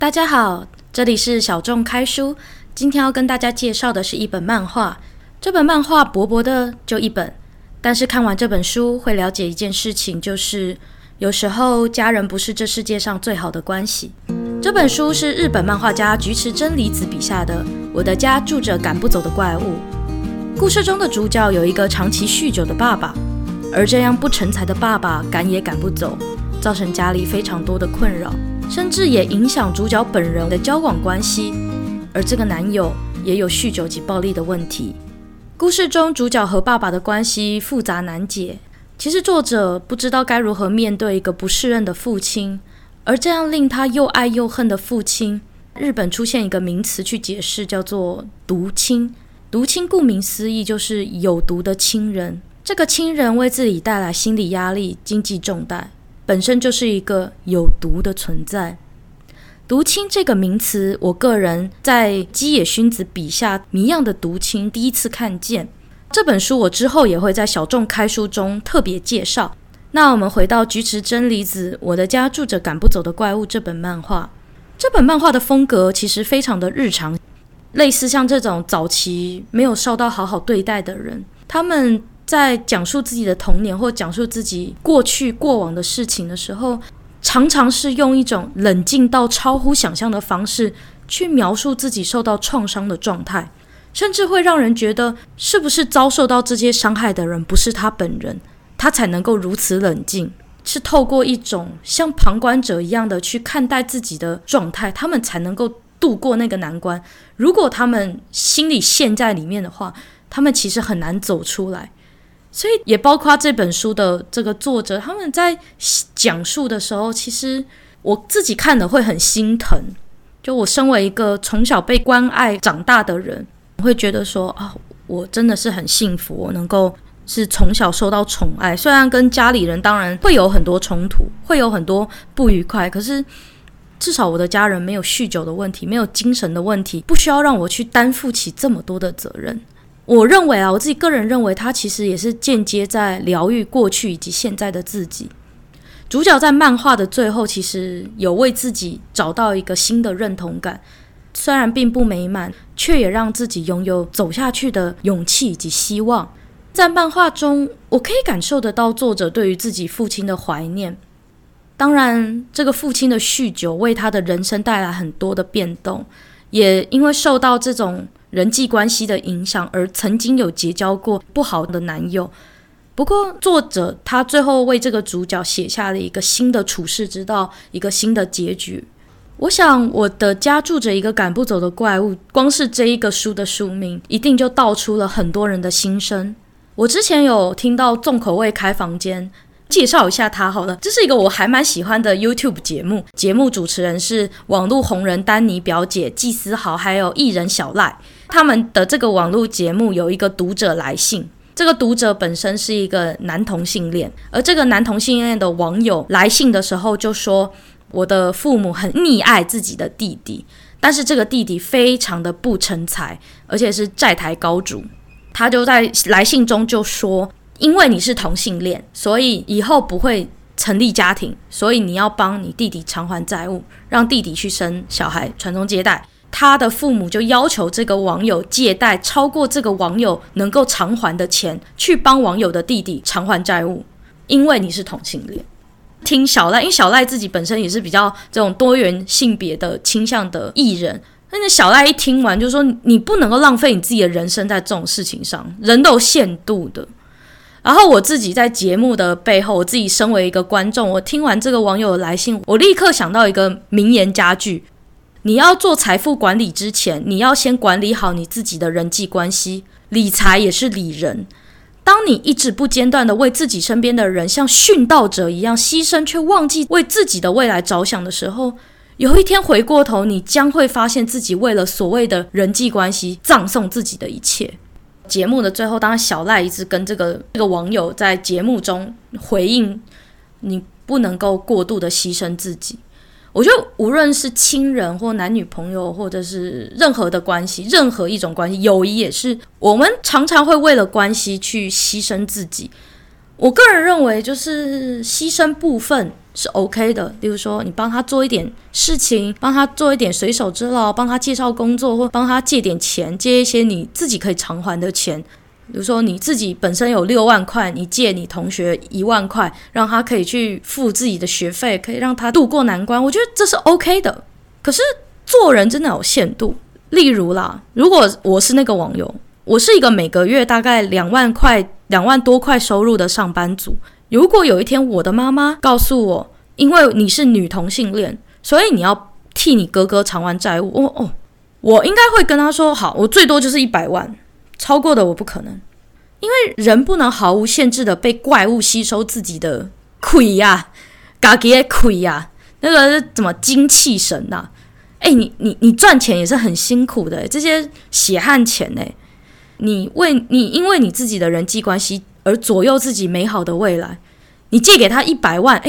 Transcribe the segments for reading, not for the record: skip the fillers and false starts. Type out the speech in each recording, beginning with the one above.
大家好，这里是小众开书。今天要跟大家介绍的是一本漫画。这本漫画薄薄的就一本，但是看完这本书会了解一件事情，就是有时候家人不是这世界上最好的关系。这本书是日本漫画家菊池真理子笔下的《我的家住着赶不走的怪物》。故事中的主角有一个长期酗酒的爸爸，而这样不成才的爸爸赶也赶不走，造成家里非常多的困扰，甚至也影响主角本人的交往关系，而这个男友也有酗酒及暴力的问题。故事中主角和爸爸的关系复杂难解，其实作者不知道该如何面对一个不适任的父亲，而这样令他又爱又恨的父亲，日本出现一个名词去解释，叫做毒亲。毒亲顾名思义就是有毒的亲人，这个亲人为自己带来心理压力、经济重担，本身就是一个有毒的存在。毒亲这个名词，我个人在基野薰子笔下谜样的毒亲第一次看见。这本书我之后也会在小众开书中特别介绍。那我们回到菊池真理子《我的家住着赶不走的怪物》这本漫画。这本漫画的风格其实非常的日常，类似像这种早期没有受到好好对待的人，他们在讲述自己的童年或讲述自己过往的事情的时候，常常是用一种冷静到超乎想象的方式去描述自己受到创伤的状态，甚至会让人觉得是不是遭受到这些伤害的人不是他本人，他才能够如此冷静，是透过一种像旁观者一样的去看待自己的状态，他们才能够度过那个难关。如果他们心里陷在里面的话，他们其实很难走出来。所以也包括这本书的这个作者，他们在讲述的时候，其实我自己看了会很心疼。就我身为一个从小被关爱长大的人，我会觉得说啊，我真的是很幸福，我能够是从小受到宠爱。虽然跟家里人当然会有很多冲突，会有很多不愉快，可是至少我的家人没有酗酒的问题，没有精神的问题，不需要让我去担负起这么多的责任。我认为我自己个人认为，他其实也是间接在疗愈过去以及现在的自己。主角在漫画的最后，其实有为自己找到一个新的认同感，虽然并不美满，却也让自己拥有走下去的勇气以及希望。在漫画中，我可以感受得到作者对于自己父亲的怀念。当然，这个父亲的酗酒为他的人生带来很多的变动，也因为受到这种人际关系的影响而曾经有结交过不好的男友。不过作者他最后为这个主角写下了一个新的处世之道，一个新的结局。我想我的家住着一个赶不走的怪物，光是这一个书的书名一定就道出了很多人的心声。我之前有听到重口味开房间，介绍一下他好了。这是一个我还蛮喜欢的 YouTube 节目，节目主持人是网络红人丹尼表姐、季思豪还有艺人小赖。他们的这个网络节目有一个读者来信，这个读者本身是一个男同性恋，而这个男同性恋的网友来信的时候就说，我的父母很溺爱自己的弟弟，但是这个弟弟非常的不成才，而且是债台高筑。他就在来信中就说，因为你是同性恋，所以以后不会成立家庭，所以你要帮你弟弟偿还债务，让弟弟去生小孩传宗接代。他的父母就要求这个网友借贷超过这个网友能够偿还的钱，去帮网友的弟弟偿还债务，因为你是同性恋。听小赖，因为小赖自己本身也是比较这种多元性别的倾向的艺人，那小赖一听完就说，你不能够浪费你自己的人生在这种事情上，人都有限度的。然后我自己在节目的背后，我自己身为一个观众，我听完这个网友的来信，我立刻想到一个名言佳句，你要做财富管理之前，你要先管理好你自己的人际关系，理财也是理人。当你一直不间断的为自己身边的人像殉道者一样牺牲，却忘记为自己的未来着想的时候，有一天回过头，你将会发现自己为了所谓的人际关系葬送自己的一切。节目的最后，当然小赖一直跟这个网友在节目中回应，你不能够过度的牺牲自己。我觉得无论是亲人或男女朋友，或者是任何的关系，任何一种关系，友谊也是，我们常常会为了关系去牺牲自己。 我个人认为就是牺牲部分是 OK 的，例如说你帮他做一点事情，帮他做一点水手之劳，帮他介绍工作，或帮他借点钱，借一些你自己可以偿还的钱。比如说你自己本身有6万块，你借你同学1万块，让他可以去付自己的学费，可以让他度过难关，我觉得这是 OK 的。可是做人真的有限度，例如啦，如果我是那个网友，我是一个每个月大概2万多块收入的上班族，如果有一天我的妈妈告诉我，因为你是女同性恋，所以你要替你哥哥偿还债务，我应该会跟他说，好，我最多就是100万，超过的我不可能。因为人不能毫无限制的被怪物吸收自己的气呀，自己的气呀，那个是怎么精气神啊？你赚钱也是很辛苦的，这些血汗钱你因为你自己的人际关系而左右自己美好的未来，你借给他100万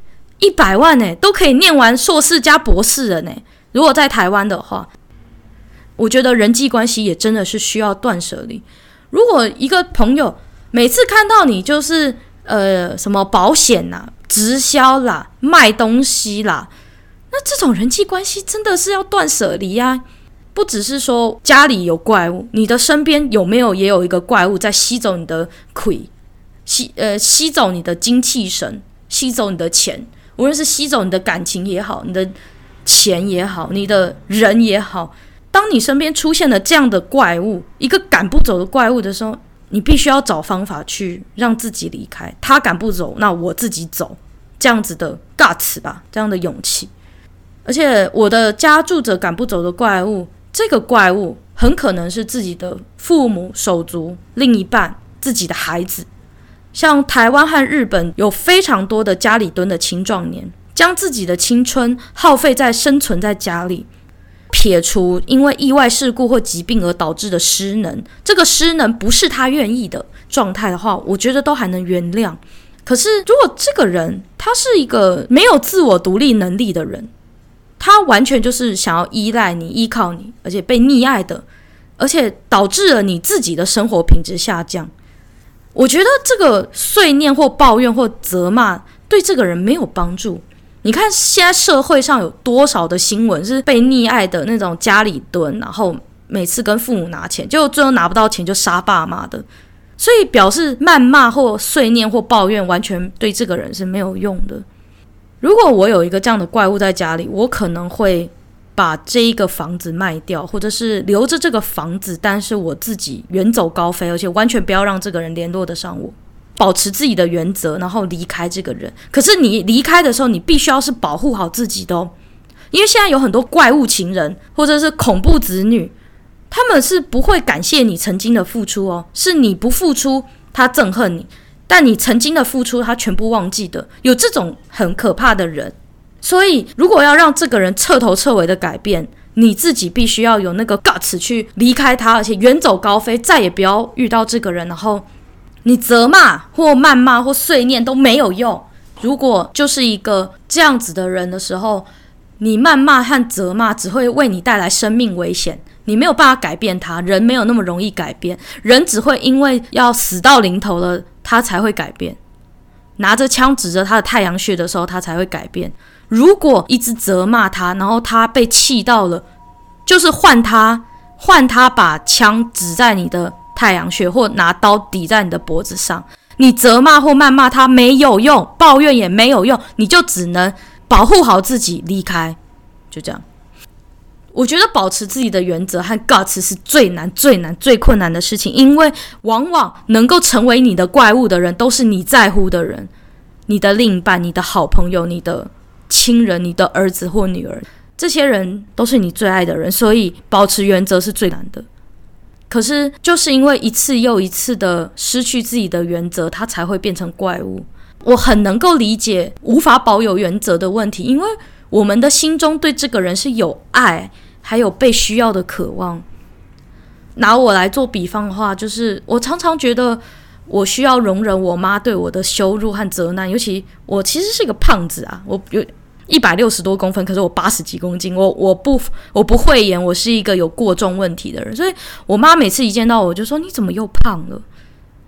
，100万都可以念完硕士加博士了如果在台湾的话，我觉得人际关系也真的是需要断舍离。如果一个朋友每次看到你就是什么保险啦、直销啦、卖东西啦，那这种人际关系真的是要断舍离啊！不只是说家里有怪物，你的身边有没有也有一个怪物在吸走你的气，吸走你的精气神，吸走你的钱，无论是吸走你的感情也好，你的钱也好，你的人也好。当你身边出现了这样的怪物，一个赶不走的怪物的时候，你必须要找方法去让自己离开。他赶不走，那我自己走，这样子的 guts 吧，这样的勇气。而且我的家住着赶不走的怪物，这个怪物很可能是自己的父母、手足、另一半、自己的孩子。像台湾和日本有非常多的家里蹲的青壮年，将自己的青春耗费在生存在家里。撇除因为意外事故或疾病而导致的失能，这个失能不是他愿意的状态的话，我觉得都还能原谅。可是如果这个人他是一个没有自我独立能力的人，他完全就是想要依赖你、依靠你，而且被溺爱的，而且导致了你自己的生活品质下降，我觉得这个碎念或抱怨或责骂对这个人没有帮助。你看现在社会上有多少的新闻是被溺爱的那种家里蹲，然后每次跟父母拿钱，结果最后拿不到钱就杀爸妈的。所以表示谩骂或碎念或抱怨完全对这个人是没有用的。如果我有一个这样的怪物在家里，我可能会把这一个房子卖掉，或者是留着这个房子，但是我自己远走高飞，而且完全不要让这个人联络得上我，保持自己的原则，然后离开这个人。可是你离开的时候，你必须要是保护好自己的哦，因为现在有很多怪物情人或者是恐怖子女，他们是不会感谢你曾经的付出哦，是你不付出他憎恨你，但你曾经的付出他全部忘记的，有这种很可怕的人。所以如果要让这个人彻头彻尾的改变，你自己必须要有那个 guts 去离开他，而且远走高飞，再也不要遇到这个人。然后你责骂或谩骂或碎念都没有用，如果就是一个这样子的人的时候，你谩骂和责骂只会为你带来生命危险，你没有办法改变他，人没有那么容易改变，人只会因为要死到临头了他才会改变，拿着枪指着他的太阳穴的时候他才会改变。如果一直责骂他，然后他被气到了，就是换他把枪指在你的太阳穴，或拿刀抵在你的脖子上。你责骂或谩骂他没有用，抱怨也没有用，你就只能保护好自己离开，就这样。我觉得保持自己的原则和 guts 是最难最困难的事情，因为往往能够成为你的怪物的人都是你在乎的人，你的另一半、你的好朋友、你的亲人、你的儿子或女儿，这些人都是你最爱的人，所以保持原则是最难的。可是就是因为一次又一次的失去自己的原则，他才会变成怪物。我很能够理解无法保有原则的问题，因为我们的心中对这个人是有爱还有被需要的渴望。拿我来做比方的话，就是我常常觉得我需要容忍我妈对我的羞辱和责难，尤其我其实是一个胖子啊，我有160多公分，可是我80几公斤，我不讳言，我是一个有过重问题的人，所以我妈每次一见到我就说你怎么又胖了？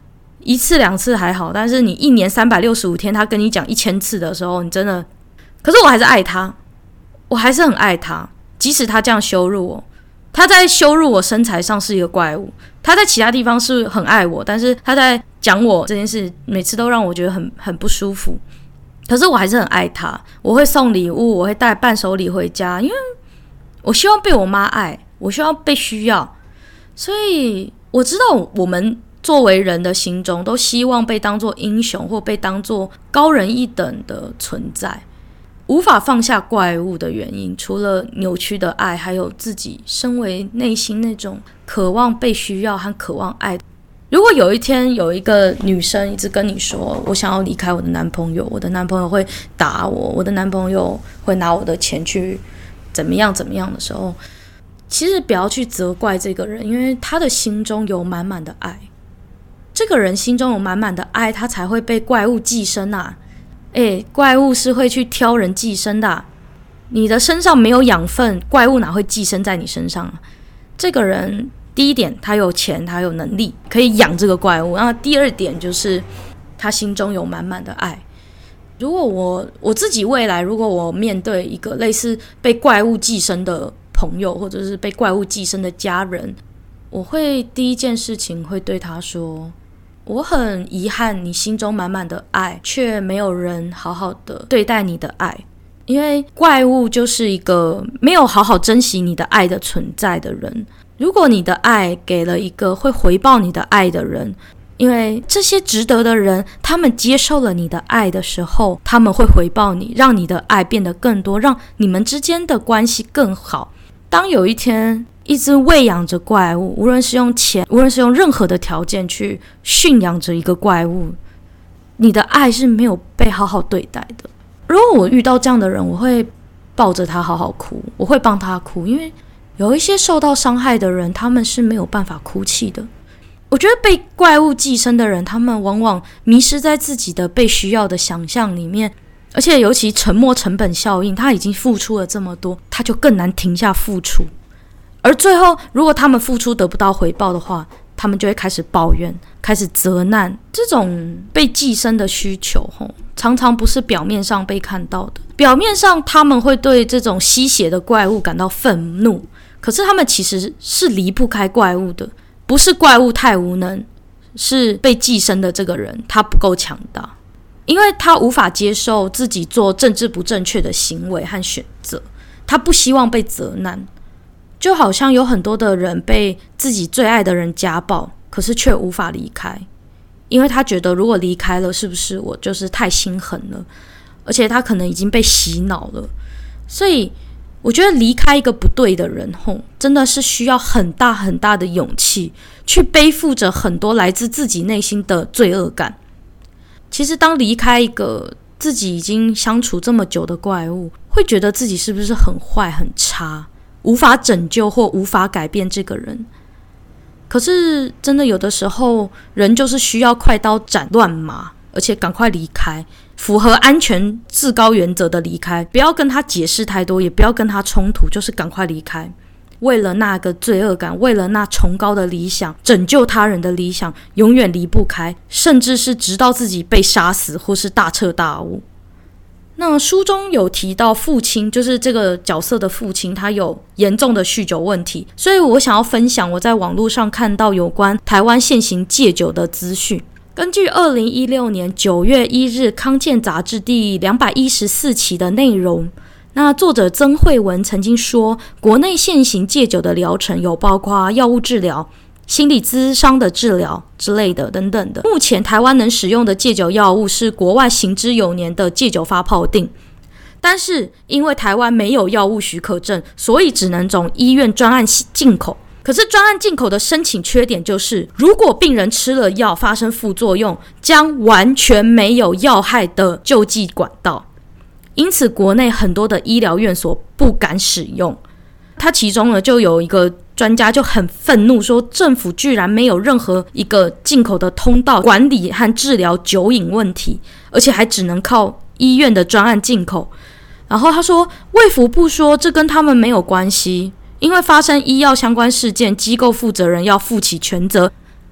1次2次还好，但是你1年365天他跟你讲1000次的时候，你真的，可是我还是爱他，我还是很爱他，即使他这样羞辱我，他在羞辱我身材上是一个怪物，他在其他地方是很爱我，但是他在讲我这件事每次都让我觉得很不舒服，可是我还是很爱他，我会送礼物，我会带伴手礼回家，因为我希望被我妈爱，我希望被需要，所以我知道我们作为人的心中都希望被当作英雄或被当作高人一等的存在，无法放下怪物的原因，除了扭曲的爱，还有自己身为内心那种渴望被需要和渴望爱。如果有一天有一个女生一直跟你说我想要离开我的男朋友，我的男朋友会打我，我的男朋友会拿我的钱去怎么样的时候，其实不要去责怪这个人，因为他的心中有满满的爱，这个人心中有满满的爱，他才会被怪物寄生啊。怪物是会去挑人寄生的你的身上没有养分，怪物哪会寄生在你身上这个人第一点，他有钱，他有能力可以养这个怪物，然后第二点就是他心中有满满的爱。如果我自己未来，如果我面对一个类似被怪物寄生的朋友，或者是被怪物寄生的家人，我会第一件事情会对他说，我很遗憾你心中满满的爱却没有人好好的对待你的爱，因为怪物就是一个没有好好珍惜你的爱的存在的人。如果你的爱给了一个会回报你的爱的人，因为这些值得的人，他们接受了你的爱的时候，他们会回报你，让你的爱变得更多，让你们之间的关系更好。当有一天一直喂养着怪物，无论是用钱，无论是用任何的条件去驯养着一个怪物，你的爱是没有被好好对待的。如果我遇到这样的人，我会抱着他好好哭，我会帮他哭，因为有一些受到伤害的人，他们是没有办法哭泣的。我觉得被怪物寄生的人，他们往往迷失在自己的被需要的想象里面，而且尤其沉没成本效应，他已经付出了这么多，他就更难停下付出。而最后，如果他们付出得不到回报的话，他们就会开始抱怨，开始责难。这种被寄生的需求常常不是表面上被看到的。表面上他们会对这种吸血的怪物感到愤怒，可是他们其实是离不开怪物的，不是怪物太无能，是被寄生的这个人他不够强大，因为他无法接受自己做政治不正确的行为和选择，他不希望被责难。就好像有很多的人被自己最爱的人家暴，可是却无法离开，因为他觉得如果离开了，是不是我就是太心狠了，而且他可能已经被洗脑了。所以我觉得离开一个不对的人真的是需要很大很大的勇气，去背负着很多来自自己内心的罪恶感。其实当离开一个自己已经相处这么久的怪物，会觉得自己是不是很坏很差，无法拯救或无法改变这个人。可是真的有的时候，人就是需要快刀斩乱麻，而且赶快离开，符合安全至高原则的离开，不要跟他解释太多，也不要跟他冲突，就是赶快离开。为了那个罪恶感，为了那崇高的理想，拯救他人的理想，永远离不开，甚至是直到自己被杀死或是大彻大悟。那书中有提到父亲，就是这个角色的父亲，他有严重的酗酒问题，所以我想要分享我在网络上看到有关台湾现行戒酒的资讯。根据2016年9月1日康健杂志第214期的内容，那作者曾慧文曾经说，国内现行戒酒的疗程有包括药物治疗、心理咨商的治疗之类的等等的。目前台湾能使用的戒酒药物是国外行之有年的戒酒发泡锭，但是因为台湾没有药物许可证，所以只能从医院专案进口。可是专案进口的申请缺点就是，如果病人吃了药发生副作用，将完全没有药害的救济管道，因此国内很多的医疗院所不敢使用。他其中呢，就有一个专家就很愤怒说，政府居然没有任何一个进口的通道管理和治疗酒瘾问题，而且还只能靠医院的专案进口。然后他说，卫福部说这跟他们没有关系，因为发生医药相关事件，机构负责人要负起全责。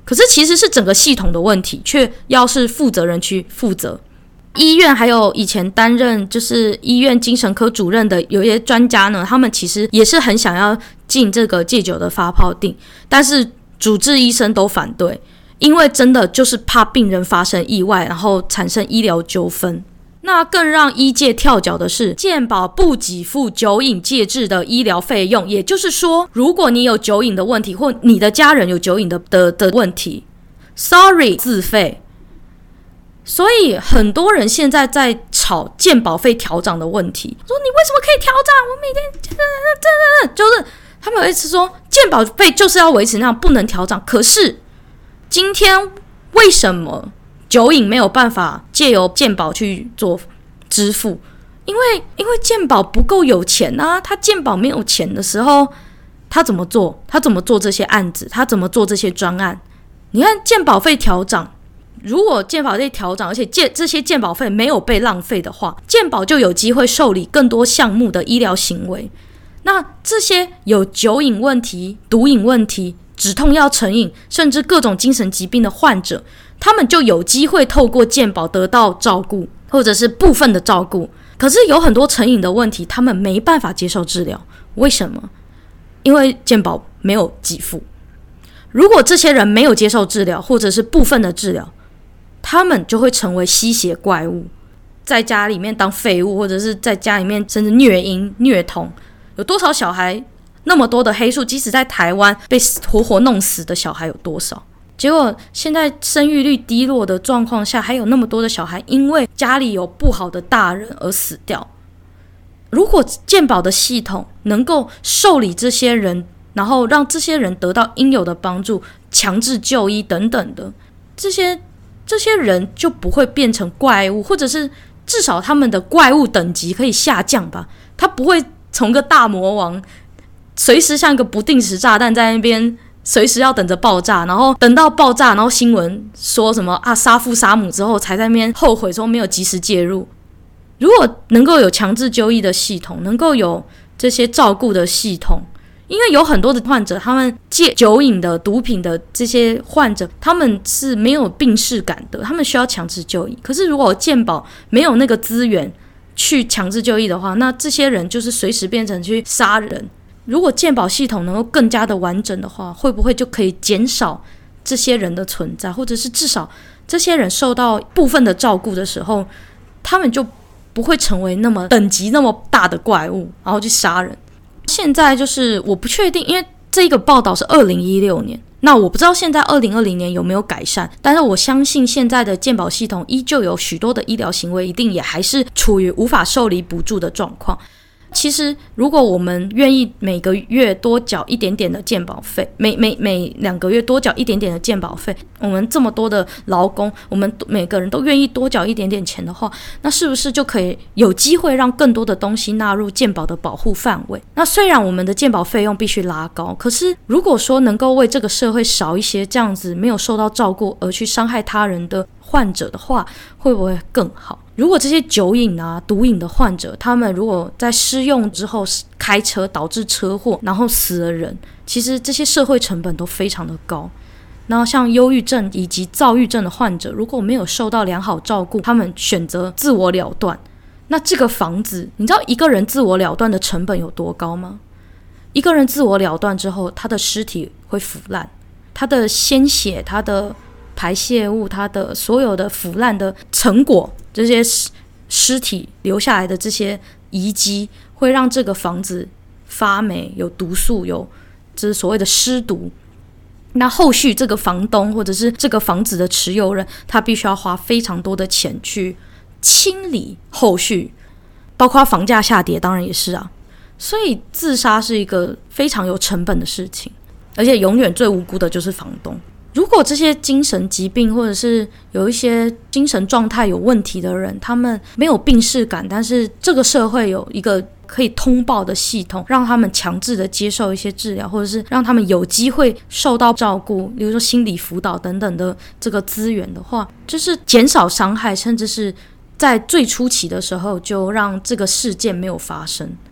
可是其实是整个系统的问题，却要是负责人去负责。医院还有以前担任就是医院精神科主任的有一些专家呢，他们其实也是很想要进这个戒酒的发泡锭，但是主治医生都反对，因为真的就是怕病人发生意外，然后产生医疗纠纷。那更让医界跳脚的是，健保不给付酒瘾戒治的医疗费用，也就是说，如果你有酒瘾的问题，或你的家人有酒瘾的问题 ，sorry 自费。所以很多人现在在吵健保费调涨的问题，说你为什么可以调涨？我每天就是他们有一次说健保费就是要维持那样，不能调涨。可是今天为什么酒瘾没有办法借由健保去做支付？因为健保不够有钱啊，他健保没有钱的时候，他怎么做？他怎么做这些案子？他怎么做这些专案？你看健保费调涨，如果健保费调涨，而且这些健保费没有被浪费的话，健保就有机会受理更多项目的医疗行为。那这些有酒瘾问题、毒瘾问题、止痛药成瘾，甚至各种精神疾病的患者，他们就有机会透过健保得到照顾，或者是部分的照顾。可是有很多成瘾的问题，他们没办法接受治疗，为什么？因为健保没有给付。如果这些人没有接受治疗，或者是部分的治疗，他们就会成为吸血怪物，在家里面当废物，或者是在家里面甚至虐婴、虐童。有多少小孩那么多的黑数，即使在台湾被活活弄死的小孩有多少？结果现在生育率低落的状况下，还有那么多的小孩因为家里有不好的大人而死掉。如果健保的系统能够受理这些人，然后让这些人得到应有的帮助，强制就医等等的，这些人就不会变成怪物，或者是至少他们的怪物等级可以下降吧。他不会从个大魔王随时像一个不定时炸弹在那边随时要等着爆炸，然后等到爆炸，然后新闻说什么啊杀父杀母之后才在那边后悔说没有及时介入。如果能够有强制就医的系统，能够有这些照顾的系统，因为有很多的患者，他们戒酒瘾的、毒品的这些患者，他们是没有病识感的，他们需要强制就医。可是如果健保没有那个资源去强制就医的话，那这些人就是随时变成去杀人。如果健保系统能够更加的完整的话，会不会就可以减少这些人的存在，或者是至少这些人受到部分的照顾的时候，他们就不会成为那么等级那么大的怪物，然后去杀人。现在就是我不确定，因为这个报道是2016年，那我不知道现在2020年有没有改善，但是我相信现在的健保系统依旧有许多的医疗行为一定也还是处于无法受理补助的状况。其实如果我们愿意每个月多缴一点点的健保费，每2个月多缴一点点的健保费，我们这么多的劳工，我们每个人都愿意多缴一点点钱的话，那是不是就可以有机会让更多的东西纳入健保的保护范围？那虽然我们的健保费用必须拉高，可是如果说能够为这个社会少一些这样子没有受到照顾而去伤害他人的患者的话，会不会更好？如果这些酒瘾啊、毒瘾的患者，他们如果在施用之后开车导致车祸，然后死了人，其实这些社会成本都非常的高。然后像忧郁症以及躁郁症的患者，如果没有受到良好照顾，他们选择自我了断，那这个房子，你知道一个人自我了断的成本有多高吗？一个人自我了断之后，他的尸体会腐烂，他的鲜血、他的排泄物、他的所有的腐烂的成果，这些尸体留下来的这些遗迹，会让这个房子发霉、有毒素、有这是所谓的尸毒。那后续这个房东或者是这个房子的持有人，他必须要花非常多的钱去清理后续，包括房价下跌，当然也是啊。所以自杀是一个非常有成本的事情，而且永远最无辜的就是房东。如果这些精神疾病或者是有一些精神状态有问题的人，他们没有病识感，但是这个社会有一个可以通报的系统，让他们强制的接受一些治疗，或者是让他们有机会受到照顾，比如说心理辅导等等的这个资源的话，就是减少伤害，甚至是在最初期的时候就让这个事件没有发生。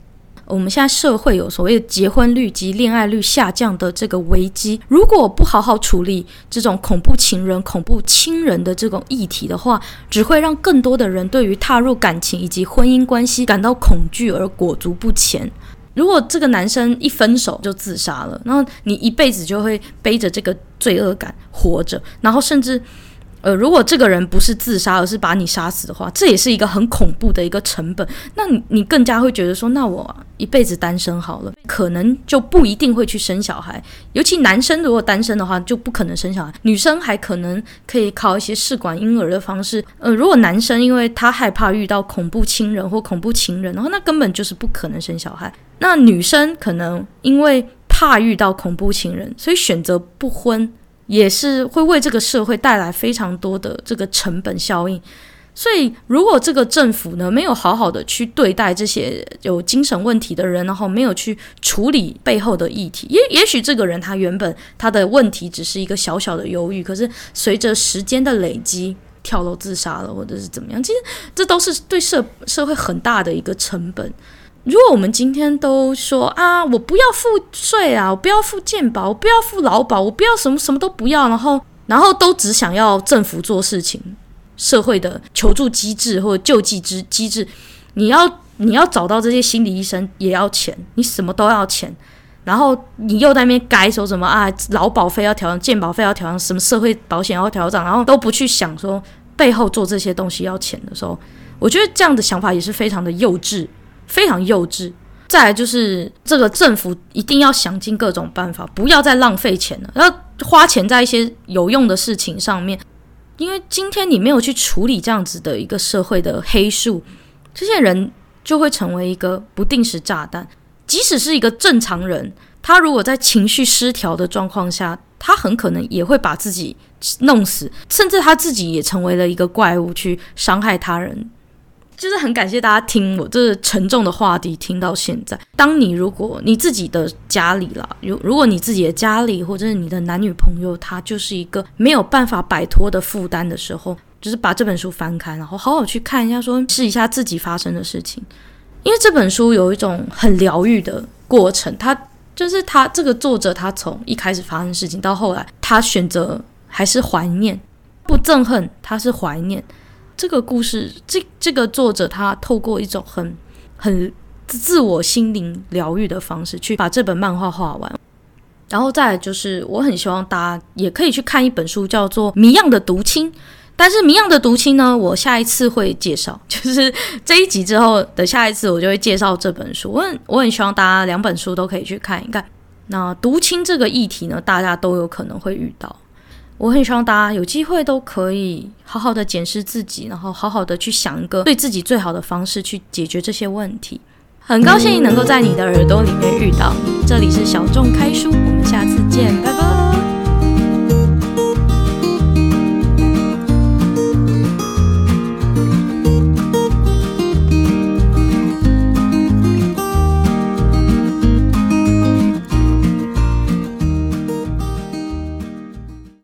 我们现在社会有所谓的结婚率及恋爱率下降的这个危机，如果不好好处理这种恐怖情人、恐怖亲人的这种议题的话，只会让更多的人对于踏入感情以及婚姻关系感到恐惧而裹足不前。如果这个男生一分手就自杀了，然后你一辈子就会背着这个罪恶感活着，然后甚至如果这个人不是自杀而是把你杀死的话，这也是一个很恐怖的一个成本。那你更加会觉得说，那我一辈子单身好了，可能就不一定会去生小孩。尤其男生如果单身的话就不可能生小孩，女生还可能可以靠一些试管婴儿的方式。如果男生因为他害怕遇到恐怖亲人或恐怖情人的话，那根本就是不可能生小孩。那女生可能因为怕遇到恐怖情人，所以选择不婚，也是会为这个社会带来非常多的这个成本效应。所以如果这个政府呢没有好好的去对待这些有精神问题的人，然后没有去处理背后的议题，也许这个人他原本他的问题只是一个小小的忧郁，可是随着时间的累积跳楼自杀了或者是怎么样，其实这都是对社会很大的一个成本。如果我们今天都说啊，我不要付税啊，我不要付健保，我不要付劳保，我不要什么都不要，然后都只想要政府做事情，社会的求助机制或者救济机制，你要找到这些心理医生也要钱，你什么都要钱，然后你又在那边该说什么啊，劳保费要调整，健保费要调整，什么社会保险要调整，然后都不去想说背后做这些东西要钱的时候，我觉得这样的想法也是非常的幼稚，非常幼稚。再来就是这个政府一定要想尽各种办法，不要再浪费钱了，要花钱在一些有用的事情上面。因为今天你没有去处理这样子的一个社会的黑数，这些人就会成为一个不定时炸弹。即使是一个正常人，他如果在情绪失调的状况下，他很可能也会把自己弄死，甚至他自己也成为了一个怪物去伤害他人。就是很感谢大家听我这沉重的话题听到现在。当你如果你自己的家里啦，如果你自己的家里或者是你的男女朋友他就是一个没有办法摆脱的负担的时候，就是把这本书翻开，然后好好去看一下，说试一下自己发生的事情。因为这本书有一种很疗愈的过程，他这个作者他从一开始发生的事情到后来他选择还是怀念，不憎恨，他是怀念。这个故事，这个作者他透过一种很自我心灵疗愈的方式去把这本漫画画完。然后再来就是我很希望大家也可以去看一本书叫做《谜样的毒亲》，但是《谜样的毒亲》呢，我下一次会介绍，就是这一集之后的下一次我就会介绍这本书。我很希望大家两本书都可以去看一看。那毒亲这个议题呢，大家都有可能会遇到。我很希望大家有机会都可以好好的检视自己，然后好好的去想一个对自己最好的方式去解决这些问题。很高兴能够在你的耳朵里面遇到你，这里是小众开书，我们下次见，拜拜。